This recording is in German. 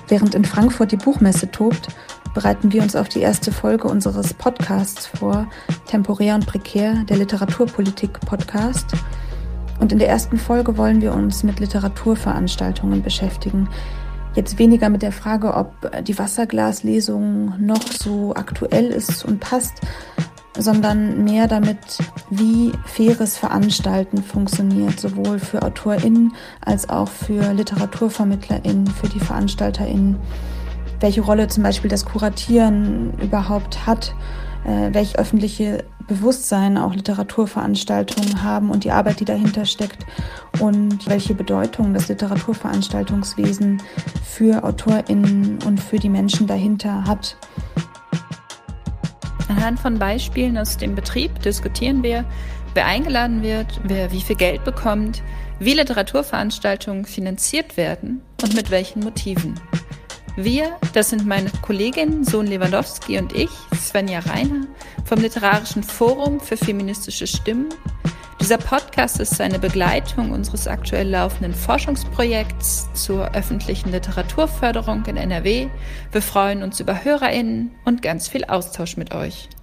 Während in Frankfurt die Buchmesse tobt, bereiten wir uns auf die erste Folge unseres Podcasts vor, Temporär und Prekär, der Literaturpolitik-Podcast. Und in der ersten Folge wollen wir uns mit Literaturveranstaltungen beschäftigen. Jetzt weniger mit der Frage, ob die Wasserglaslesung noch so aktuell ist und passt, sondern mehr damit, wie faires Veranstalten funktioniert, sowohl für AutorInnen als auch für LiteraturvermittlerInnen, für die VeranstalterInnen. Welche Rolle zum Beispiel das Kuratieren überhaupt hat, welches öffentliche Bewusstsein auch Literaturveranstaltungen haben und die Arbeit, die dahinter steckt und welche Bedeutung das Literaturveranstaltungswesen für AutorInnen und für die Menschen dahinter hat. Anhand von Beispielen aus dem Betrieb diskutieren wir, wer eingeladen wird, wer wie viel Geld bekommt, wie Literaturveranstaltungen finanziert werden und mit welchen Motiven. Wir, das sind meine Kollegin Sohn Lewandowski und ich, Svenja Reiner, vom Literarischen Forum für feministische Stimmen. Dieser Podcast ist eine Begleitung unseres aktuell laufenden Forschungsprojekts zur öffentlichen Literaturförderung in NRW. Wir freuen uns über HörerInnen und ganz viel Austausch mit euch.